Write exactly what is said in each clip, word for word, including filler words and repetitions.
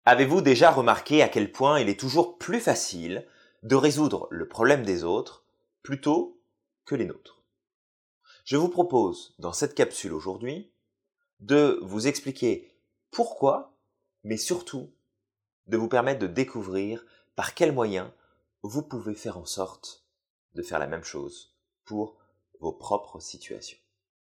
Avez-vous déjà remarqué à quel point il est toujours plus facile de résoudre le problème des autres plutôt que les nôtres? Je vous propose, dans cette capsule aujourd'hui, de vous expliquer pourquoi, mais surtout de vous permettre de découvrir par quels moyens vous pouvez faire en sorte de faire la même chose pour vos propres situations.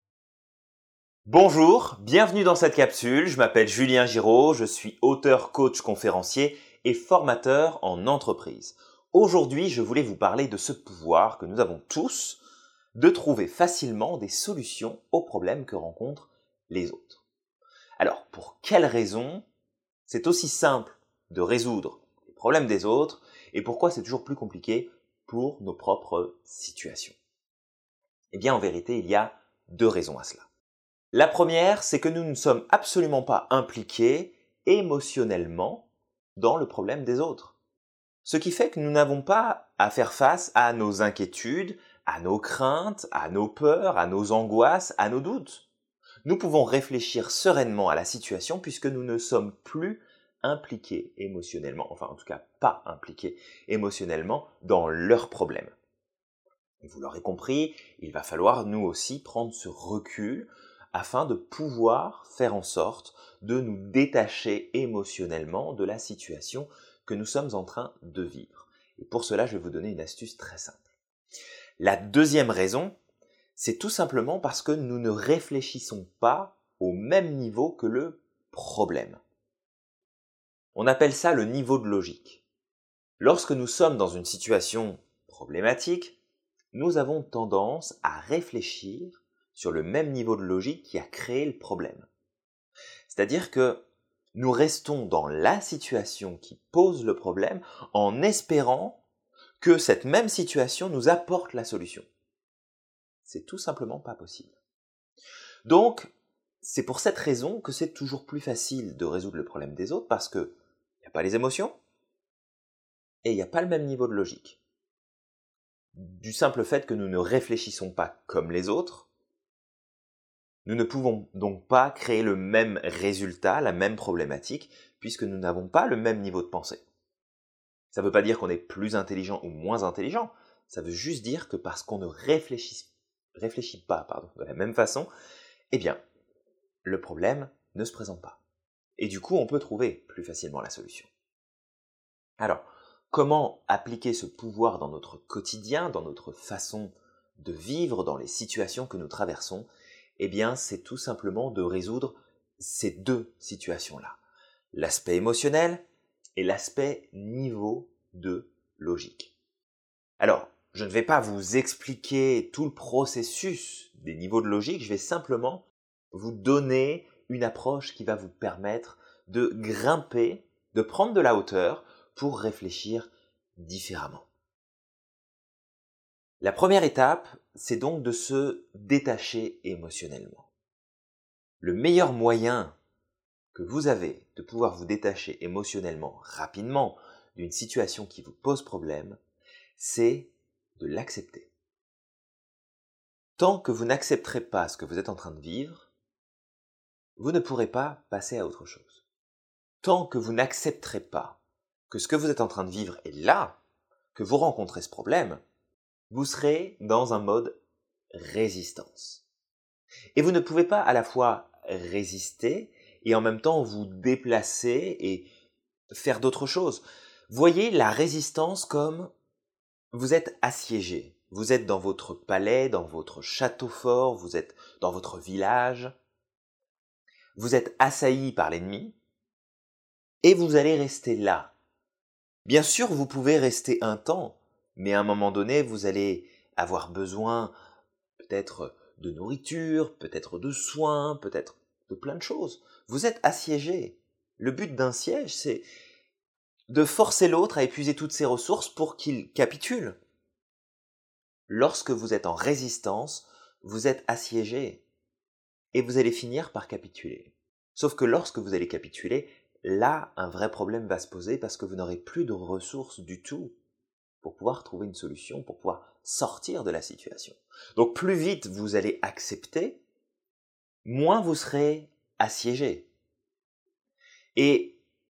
Bonjour, bienvenue dans cette capsule, je m'appelle Julien Giraud, je suis auteur, coach, conférencier et formateur en entreprise. Aujourd'hui, je voulais vous parler de ce pouvoir que nous avons tous de trouver facilement des solutions aux problèmes que rencontrent les autres. Alors, pour quelles raisons c'est aussi simple de résoudre les problèmes des autres et pourquoi c'est toujours plus compliqué pour nos propres situations? Eh bien, en vérité, il y a deux raisons à cela. La première, c'est que nous ne sommes absolument pas impliqués émotionnellement dans le problème des autres. Ce qui fait que nous n'avons pas à faire face à nos inquiétudes, à nos craintes, à nos peurs, à nos angoisses, à nos doutes. Nous pouvons réfléchir sereinement à la situation puisque nous ne sommes plus impliqués émotionnellement, enfin en tout cas pas impliqués émotionnellement dans leurs problèmes. Et vous l'aurez compris, il va falloir nous aussi prendre ce recul afin de pouvoir faire en sorte de nous détacher émotionnellement de la situation que nous sommes en train de vivre. Et pour cela, je vais vous donner une astuce très simple. La deuxième raison, c'est tout simplement parce que nous ne réfléchissons pas au même niveau que le problème. On appelle ça le niveau de logique. Lorsque nous sommes dans une situation problématique, nous avons tendance à réfléchir sur le même niveau de logique qui a créé le problème. C'est-à-dire que nous restons dans la situation qui pose le problème en espérant que cette même situation nous apporte la solution. C'est tout simplement pas possible. Donc, c'est pour cette raison que c'est toujours plus facile de résoudre le problème des autres parce que il n'y a pas les émotions et il n'y a pas le même niveau de logique. Du simple fait que nous ne réfléchissons pas comme les autres, nous ne pouvons donc pas créer le même résultat, la même problématique, puisque nous n'avons pas le même niveau de pensée. Ça ne veut pas dire qu'on est plus intelligent ou moins intelligent, ça veut juste dire que parce qu'on ne réfléchit, réfléchit pas pardon, de la même façon, eh bien, le problème ne se présente pas. Et du coup, on peut trouver plus facilement la solution. Alors, comment appliquer ce pouvoir dans notre quotidien, dans notre façon de vivre, dans les situations que nous traversons? Eh bien, c'est tout simplement de résoudre ces deux situations-là. L'aspect émotionnel et l'aspect niveau de logique. Alors, je ne vais pas vous expliquer tout le processus des niveaux de logique, je vais simplement vous donner une approche qui va vous permettre de grimper, de prendre de la hauteur pour réfléchir différemment. La première étape, c'est donc de se détacher émotionnellement. Le meilleur moyen que vous avez de pouvoir vous détacher émotionnellement rapidement d'une situation qui vous pose problème, c'est de l'accepter. Tant que vous n'accepterez pas ce que vous êtes en train de vivre, vous ne pourrez pas passer à autre chose. Tant que vous n'accepterez pas que ce que vous êtes en train de vivre est là, que vous rencontrez ce problème, vous serez dans un mode résistance. Et vous ne pouvez pas à la fois résister et en même temps vous déplacer et faire d'autres choses. Voyez la résistance comme vous êtes assiégé. Vous êtes dans votre palais, dans votre château fort, vous êtes dans votre village. Vous êtes assailli par l'ennemi et vous allez rester là. Bien sûr, vous pouvez rester un temps, mais à un moment donné, vous allez avoir besoin peut-être de nourriture, peut-être de soins, peut-être de plein de choses. Vous êtes assiégé. Le but d'un siège, c'est de forcer l'autre à épuiser toutes ses ressources pour qu'il capitule. Lorsque vous êtes en résistance, vous êtes assiégé et vous allez finir par capituler. Sauf que lorsque vous allez capituler, là, un vrai problème va se poser parce que vous n'aurez plus de ressources du tout pour pouvoir trouver une solution, pour pouvoir sortir de la situation. Donc plus vite vous allez accepter, moins vous serez assiégé. Et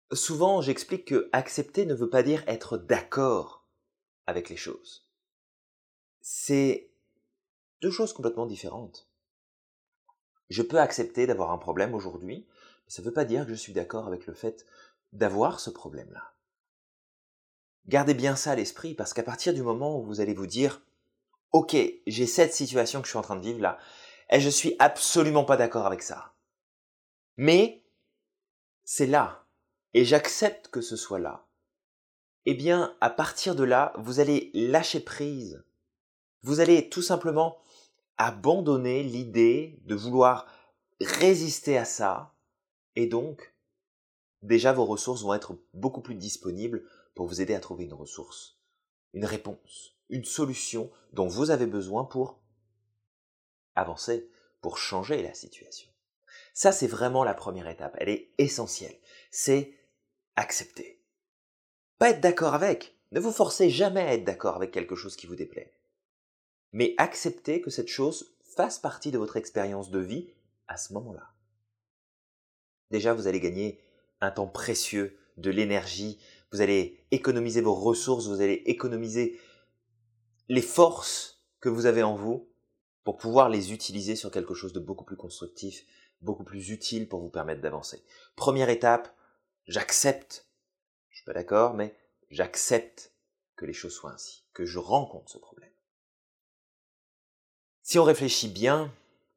Souvent, j'explique que accepter ne veut pas dire être d'accord avec les choses. C'est deux choses complètement différentes. Je peux accepter d'avoir un problème aujourd'hui, mais ça ne veut pas dire que je suis d'accord avec le fait d'avoir ce problème-là. Gardez bien ça à l'esprit, parce qu'à partir du moment où vous allez vous dire « Ok, j'ai cette situation que je suis en train de vivre là, et je suis absolument pas d'accord avec ça. Mais c'est là, et j'accepte que ce soit là. » Eh bien, à partir de là, vous allez lâcher prise. Vous allez tout simplement abandonner l'idée de vouloir résister à ça, et donc, déjà vos ressources vont être beaucoup plus disponibles pour vous aider à trouver une ressource, une réponse, une solution dont vous avez besoin pour avancer, pour changer la situation. Ça, c'est vraiment la première étape. Elle est essentielle. C'est accepter. Pas être d'accord avec. Ne vous forcez jamais à être d'accord avec quelque chose qui vous déplaît. Mais accepter que cette chose fasse partie de votre expérience de vie à ce moment-là. Déjà, vous allez gagner un temps précieux, de l'énergie, vous allez économiser vos ressources, vous allez économiser les forces que vous avez en vous pour pouvoir les utiliser sur quelque chose de beaucoup plus constructif, beaucoup plus utile pour vous permettre d'avancer. Première étape, j'accepte, je suis pas d'accord, mais j'accepte que les choses soient ainsi, que je rencontre ce problème. Si on réfléchit bien,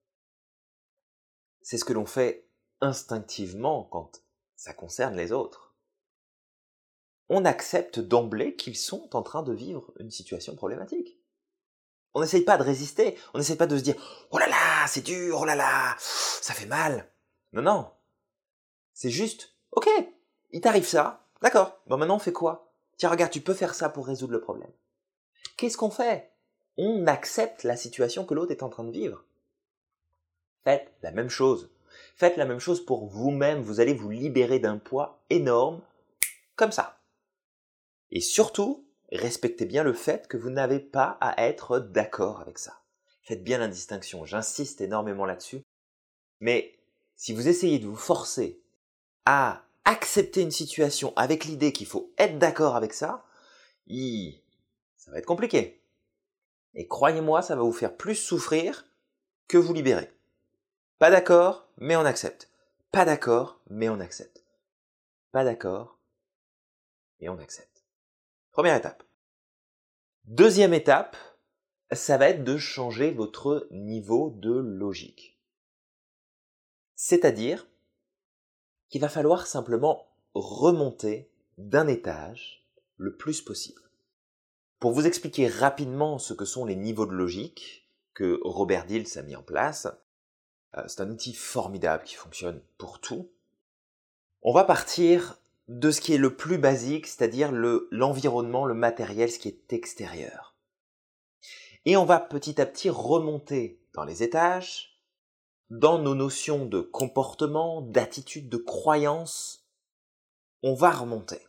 c'est ce que l'on fait instinctivement quand ça concerne les autres. On accepte d'emblée qu'ils sont en train de vivre une situation problématique. On n'essaye pas de résister, on n'essaye pas de se dire « Oh là là, c'est dur, oh là là, ça fait mal ». Non, non. C'est juste « Ok, il t'arrive ça, d'accord, bon maintenant on fait quoi? Tiens regarde, tu peux faire ça pour résoudre le problème. » Qu'est-ce qu'on fait? On accepte la situation que l'autre est en train de vivre. Faites la même chose. Faites la même chose pour vous-même, vous allez vous libérer d'un poids énorme, comme ça. Et surtout, respectez bien le fait que vous n'avez pas à être d'accord avec ça. Faites bien la distinction, j'insiste énormément là-dessus. Mais si vous essayez de vous forcer à accepter une situation avec l'idée qu'il faut être d'accord avec ça, hi, ça va être compliqué. Et croyez-moi, ça va vous faire plus souffrir que vous libérer. Pas d'accord, mais on accepte. Pas d'accord, mais on accepte. Pas d'accord, mais on accepte. Première étape. Deuxième étape, ça va être de changer votre niveau de logique. C'est-à-dire qu'il va falloir simplement remonter d'un étage le plus possible. Pour vous expliquer rapidement ce que sont les niveaux de logique que Robert Dills a mis en place, c'est un outil formidable qui fonctionne pour tout. On va partir de ce qui est le plus basique, c'est-à-dire le, l'environnement, le matériel, ce qui est extérieur. Et on va petit à petit remonter dans les étages, dans nos notions de comportement, d'attitude, de croyance. On va remonter.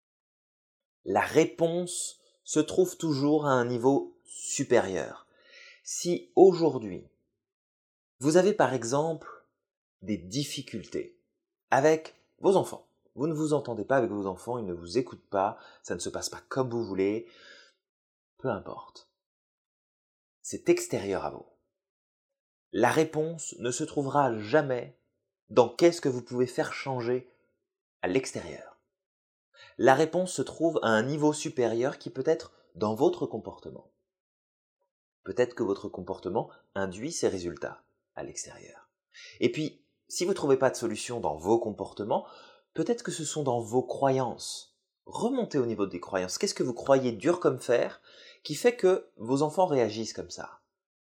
La réponse se trouve toujours à un niveau supérieur. Si aujourd'hui, vous avez par exemple des difficultés avec vos enfants, vous ne vous entendez pas avec vos enfants, ils ne vous écoutent pas, ça ne se passe pas comme vous voulez, peu importe. C'est extérieur à vous. La réponse ne se trouvera jamais dans qu'est-ce que vous pouvez faire changer à l'extérieur. La réponse se trouve à un niveau supérieur qui peut être dans votre comportement. Peut-être que votre comportement induit ces résultats à l'extérieur. Et puis, si vous ne trouvez pas de solution dans vos comportements, peut-être que ce sont dans vos croyances. Remontez au niveau des croyances. Qu'est-ce que vous croyez dur comme fer qui fait que vos enfants réagissent comme ça?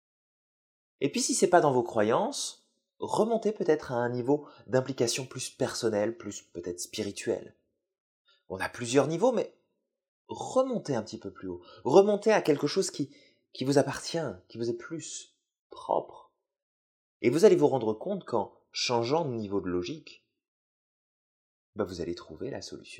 Et puis si ce n'est pas dans vos croyances, remontez peut-être à un niveau d'implication plus personnel, plus peut-être spirituel. On a plusieurs niveaux, mais remontez un petit peu plus haut. Remontez à quelque chose qui, qui vous appartient, qui vous est plus propre. Et vous allez vous rendre compte qu'en changeant de niveau de logique, bah vous allez trouver la solution.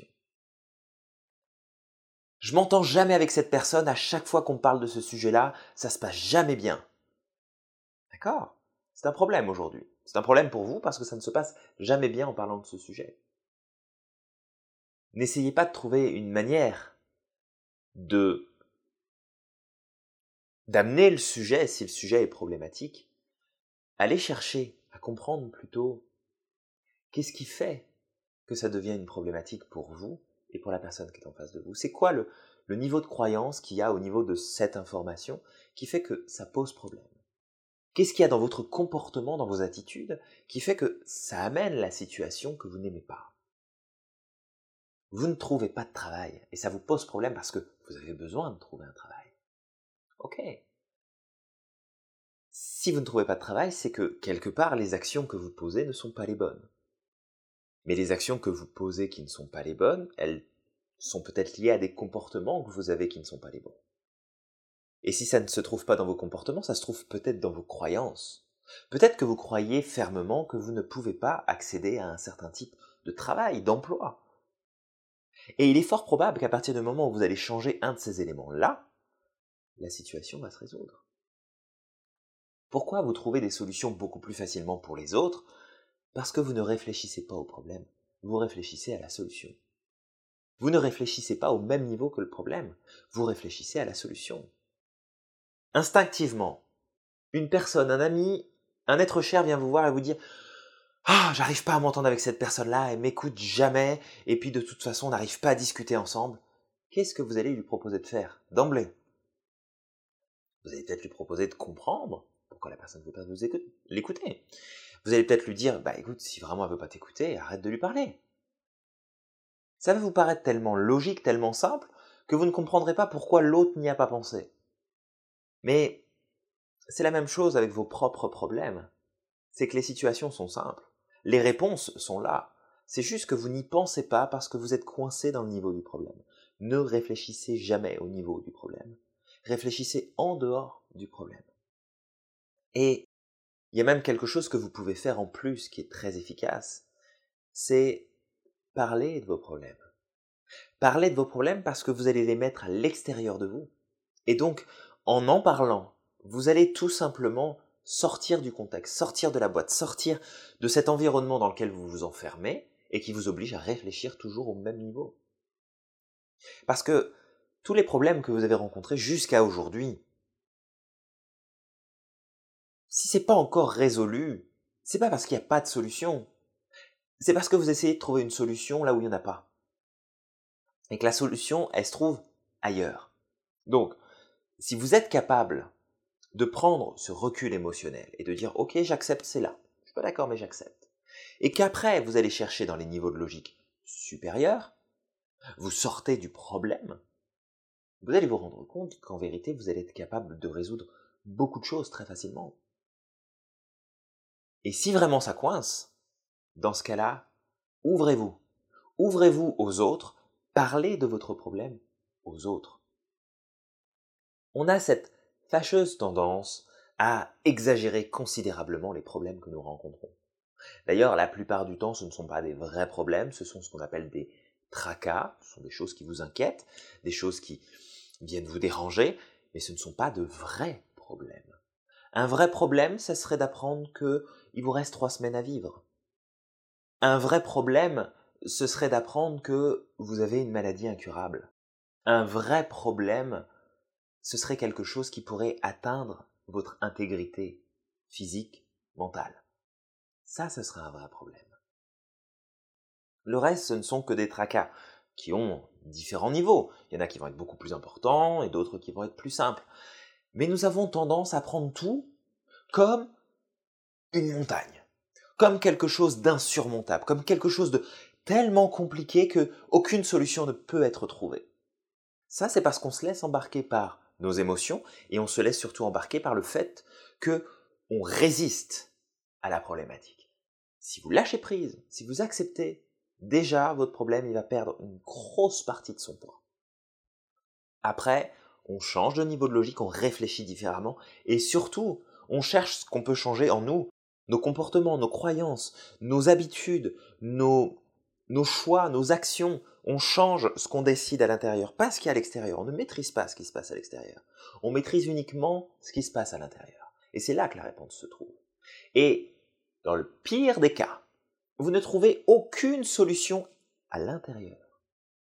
Je m'entends jamais avec cette personne, à chaque fois qu'on parle de ce sujet-là, ça se passe jamais bien. D'accord? C'est un problème aujourd'hui. C'est un problème pour vous parce que ça ne se passe jamais bien en parlant de ce sujet. N'essayez pas de trouver une manière de d'amener le sujet, si le sujet est problématique. Allez chercher à comprendre plutôt qu'est-ce qui fait que ça devient une problématique pour vous et pour la personne qui est en face de vous. C'est quoi le, le niveau de croyance qu'il y a au niveau de cette information qui fait que ça pose problème? Qu'est-ce qu'il y a dans votre comportement, dans vos attitudes, qui fait que ça amène la situation que vous n'aimez pas? Vous ne trouvez pas de travail et ça vous pose problème parce que vous avez besoin de trouver un travail. Ok. Si vous ne trouvez pas de travail, c'est que quelque part les actions que vous posez ne sont pas les bonnes. Mais les actions que vous posez qui ne sont pas les bonnes, elles sont peut-être liées à des comportements que vous avez qui ne sont pas les bons. Et si ça ne se trouve pas dans vos comportements, ça se trouve peut-être dans vos croyances. Peut-être que vous croyez fermement que vous ne pouvez pas accéder à un certain type de travail, d'emploi. Et il est fort probable qu'à partir du moment où vous allez changer un de ces éléments-là, la situation va se résoudre. Pourquoi vous trouvez des solutions beaucoup plus facilement pour les autres? Parce que vous ne réfléchissez pas au problème, vous réfléchissez à la solution. Vous ne réfléchissez pas au même niveau que le problème, vous réfléchissez à la solution. Instinctivement, une personne, un ami, un être cher vient vous voir et vous dire « Ah, j'arrive pas à m'entendre avec cette personne-là, elle m'écoute jamais, et puis de toute façon, on n'arrive pas à discuter ensemble. » Qu'est-ce que vous allez lui proposer de faire d'emblée? Vous allez peut-être lui proposer de comprendre pourquoi la personne ne veut pas vous écouter, l'écouter. Vous allez peut-être lui dire « Bah écoute, si vraiment elle veut pas t'écouter, arrête de lui parler. » Ça va vous paraître tellement logique, tellement simple, que vous ne comprendrez pas pourquoi l'autre n'y a pas pensé. Mais c'est la même chose avec vos propres problèmes. C'est que les situations sont simples. Les réponses sont là. C'est juste que vous n'y pensez pas parce que vous êtes coincé dans le niveau du problème. Ne réfléchissez jamais au niveau du problème. Réfléchissez en dehors du problème. Et il y a même quelque chose que vous pouvez faire en plus qui est très efficace, c'est parler de vos problèmes. Parlez de vos problèmes parce que vous allez les mettre à l'extérieur de vous. Et donc, en en parlant, vous allez tout simplement sortir du contexte, sortir de la boîte, sortir de cet environnement dans lequel vous vous enfermez et qui vous oblige à réfléchir toujours au même niveau. Parce que tous les problèmes que vous avez rencontrés jusqu'à aujourd'hui, si c'est pas encore résolu, c'est pas parce qu'il n'y a pas de solution. C'est parce que vous essayez de trouver une solution là où il n'y en a pas. Et que la solution, elle se trouve ailleurs. Donc, si vous êtes capable de prendre ce recul émotionnel et de dire « Ok, j'accepte, c'est là. Je suis pas d'accord, mais j'accepte. » Et qu'après, vous allez chercher dans les niveaux de logique supérieurs, vous sortez du problème, vous allez vous rendre compte qu'en vérité, vous allez être capable de résoudre beaucoup de choses très facilement. Et si vraiment ça coince, dans ce cas-là, ouvrez-vous. Ouvrez-vous aux autres, parlez de votre problème aux autres. On a cette fâcheuse tendance à exagérer considérablement les problèmes que nous rencontrons. D'ailleurs, la plupart du temps, ce ne sont pas des vrais problèmes, ce sont ce qu'on appelle des tracas, ce sont des choses qui vous inquiètent, des choses qui viennent vous déranger, mais ce ne sont pas de vrais problèmes. Un vrai problème, ça serait d'apprendre qu'il vous reste trois semaines à vivre. Un vrai problème, ce serait d'apprendre que vous avez une maladie incurable. Un vrai problème, ce serait quelque chose qui pourrait atteindre votre intégrité physique, mentale. Ça, ce serait un vrai problème. Le reste, ce ne sont que des tracas qui ont différents niveaux. Il y en a qui vont être beaucoup plus importants et d'autres qui vont être plus simples. Mais nous avons tendance à prendre tout comme une montagne, comme quelque chose d'insurmontable, comme quelque chose de tellement compliqué qu'aucune solution ne peut être trouvée. Ça, c'est parce qu'on se laisse embarquer par nos émotions et on se laisse surtout embarquer par le fait qu'on résiste à la problématique. Si vous lâchez prise, si vous acceptez, déjà votre problème il va perdre une grosse partie de son poids. Après, on change de niveau de logique, on réfléchit différemment et surtout, on cherche ce qu'on peut changer en nous, nos comportements, nos croyances, nos habitudes, nos, nos choix, nos actions. On change ce qu'on décide à l'intérieur, pas ce qu'il y a à l'extérieur. On ne maîtrise pas ce qui se passe à l'extérieur. On maîtrise uniquement ce qui se passe à l'intérieur. Et c'est là que la réponse se trouve. Et dans le pire des cas, vous ne trouvez aucune solution à l'intérieur.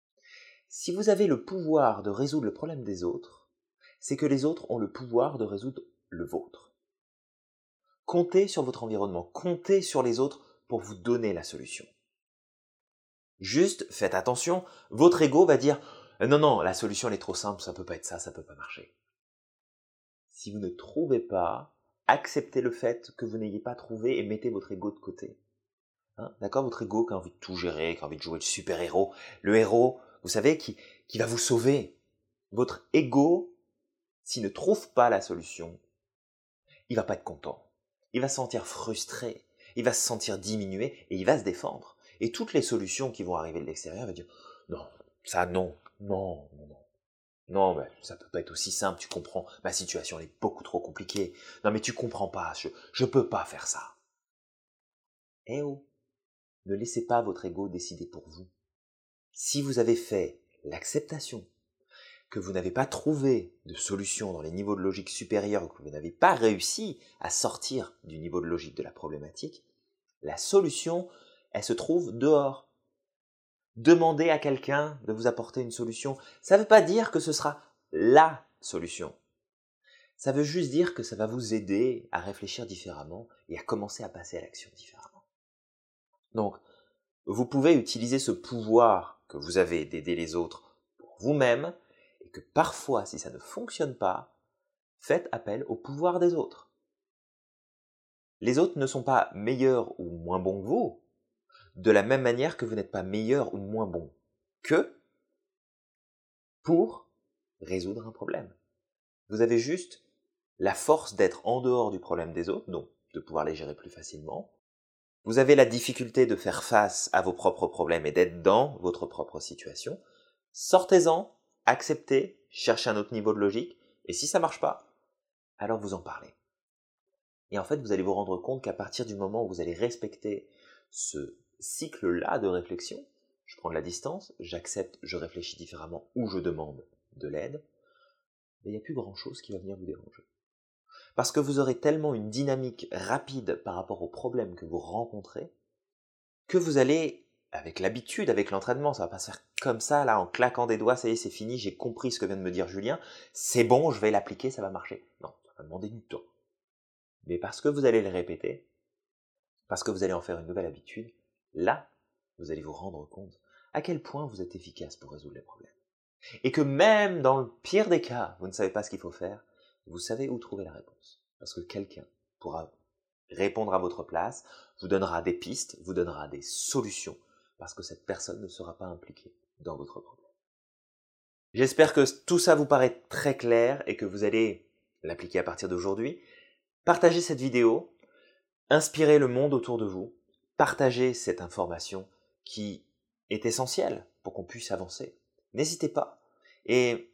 Si vous avez le pouvoir de résoudre le problème des autres, c'est que les autres ont le pouvoir de résoudre le vôtre. Comptez sur votre environnement, comptez sur les autres pour vous donner la solution. Juste, faites attention, votre ego va dire « Non, non, la solution elle est trop simple, ça peut pas être ça, ça peut pas marcher. » Si vous ne trouvez pas, acceptez le fait que vous n'ayez pas trouvé et mettez votre ego de côté. Hein, d'accord, votre ego qui a envie de tout gérer, qui a envie de jouer le super-héros, le héros, vous savez, qui, qui va vous sauver. Votre ego, s'il ne trouve pas la solution, il va pas être content. Il va se sentir frustré, il va se sentir diminué et il va se défendre. Et toutes les solutions qui vont arriver de l'extérieur, il va dire « Non, ça non, non, non, non. Non, mais ça peut pas être aussi simple, tu comprends, ma situation elle est beaucoup trop compliquée. Non mais tu comprends pas, je, je peux pas faire ça. » Eh oh, ne laissez pas votre ego décider pour vous. Si vous avez fait l'acceptation que vous n'avez pas trouvé de solution dans les niveaux de logique supérieurs ou que vous n'avez pas réussi à sortir du niveau de logique de la problématique, la solution, elle se trouve dehors. Demandez à quelqu'un de vous apporter une solution. Ça ne veut pas dire que ce sera la solution. Ça veut juste dire que ça va vous aider à réfléchir différemment et à commencer à passer à l'action différemment. Donc, vous pouvez utiliser ce pouvoir que vous avez d'aider les autres pour vous-même et que parfois, si ça ne fonctionne pas, faites appel au pouvoir des autres. Les autres ne sont pas meilleurs ou moins bons que vous, de la même manière que vous n'êtes pas meilleur ou moins bon qu'eux pour résoudre un problème. Vous avez juste la force d'être en dehors du problème des autres, donc de pouvoir les gérer plus facilement. Vous avez la difficulté de faire face à vos propres problèmes et d'être dans votre propre situation. Sortez-en, acceptez, cherchez un autre niveau de logique, et si ça ne marche pas, alors vous en parlez. Et en fait, vous allez vous rendre compte qu'à partir du moment où vous allez respecter ce cycle-là de réflexion, je prends de la distance, j'accepte, je réfléchis différemment ou je demande de l'aide, mais il n'y a plus grand-chose qui va venir vous déranger. Parce que vous aurez tellement une dynamique rapide par rapport aux problèmes que vous rencontrez, que vous allez, avec l'habitude, avec l'entraînement, ça va pas se faire comme ça, là, en claquant des doigts, ça y est, c'est fini, j'ai compris ce que vient de me dire Julien, c'est bon, je vais l'appliquer, ça va marcher. Non, ça va demander du temps. Mais parce que vous allez le répéter, parce que vous allez en faire une nouvelle habitude, là, vous allez vous rendre compte à quel point vous êtes efficace pour résoudre les problèmes. Et que même dans le pire des cas, vous ne savez pas ce qu'il faut faire, vous savez où trouver la réponse. Parce que quelqu'un pourra répondre à votre place, vous donnera des pistes, vous donnera des solutions, parce que cette personne ne sera pas impliquée dans votre problème. J'espère que tout ça vous paraît très clair et que vous allez l'appliquer à partir d'aujourd'hui. Partagez cette vidéo, inspirez le monde autour de vous, partagez cette information qui est essentielle pour qu'on puisse avancer. N'hésitez pas et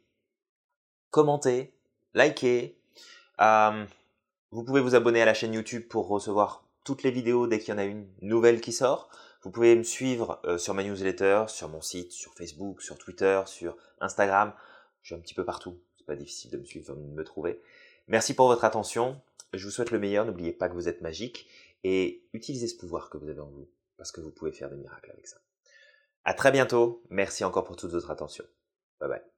commentez, likez. Euh, vous pouvez vous abonner à la chaîne YouTube pour recevoir toutes les vidéos dès qu'il y en a une nouvelle qui sort. Vous pouvez me suivre euh, sur ma newsletter, sur mon site, sur Facebook, sur Twitter, sur Instagram. Je suis un petit peu partout. C'est pas difficile de me suivre, de me trouver. Merci pour votre attention. Je vous souhaite le meilleur. N'oubliez pas que vous êtes magique et utilisez ce pouvoir que vous avez en vous parce que vous pouvez faire des miracles avec ça. À très bientôt. Merci encore pour toute votre attention. Bye bye.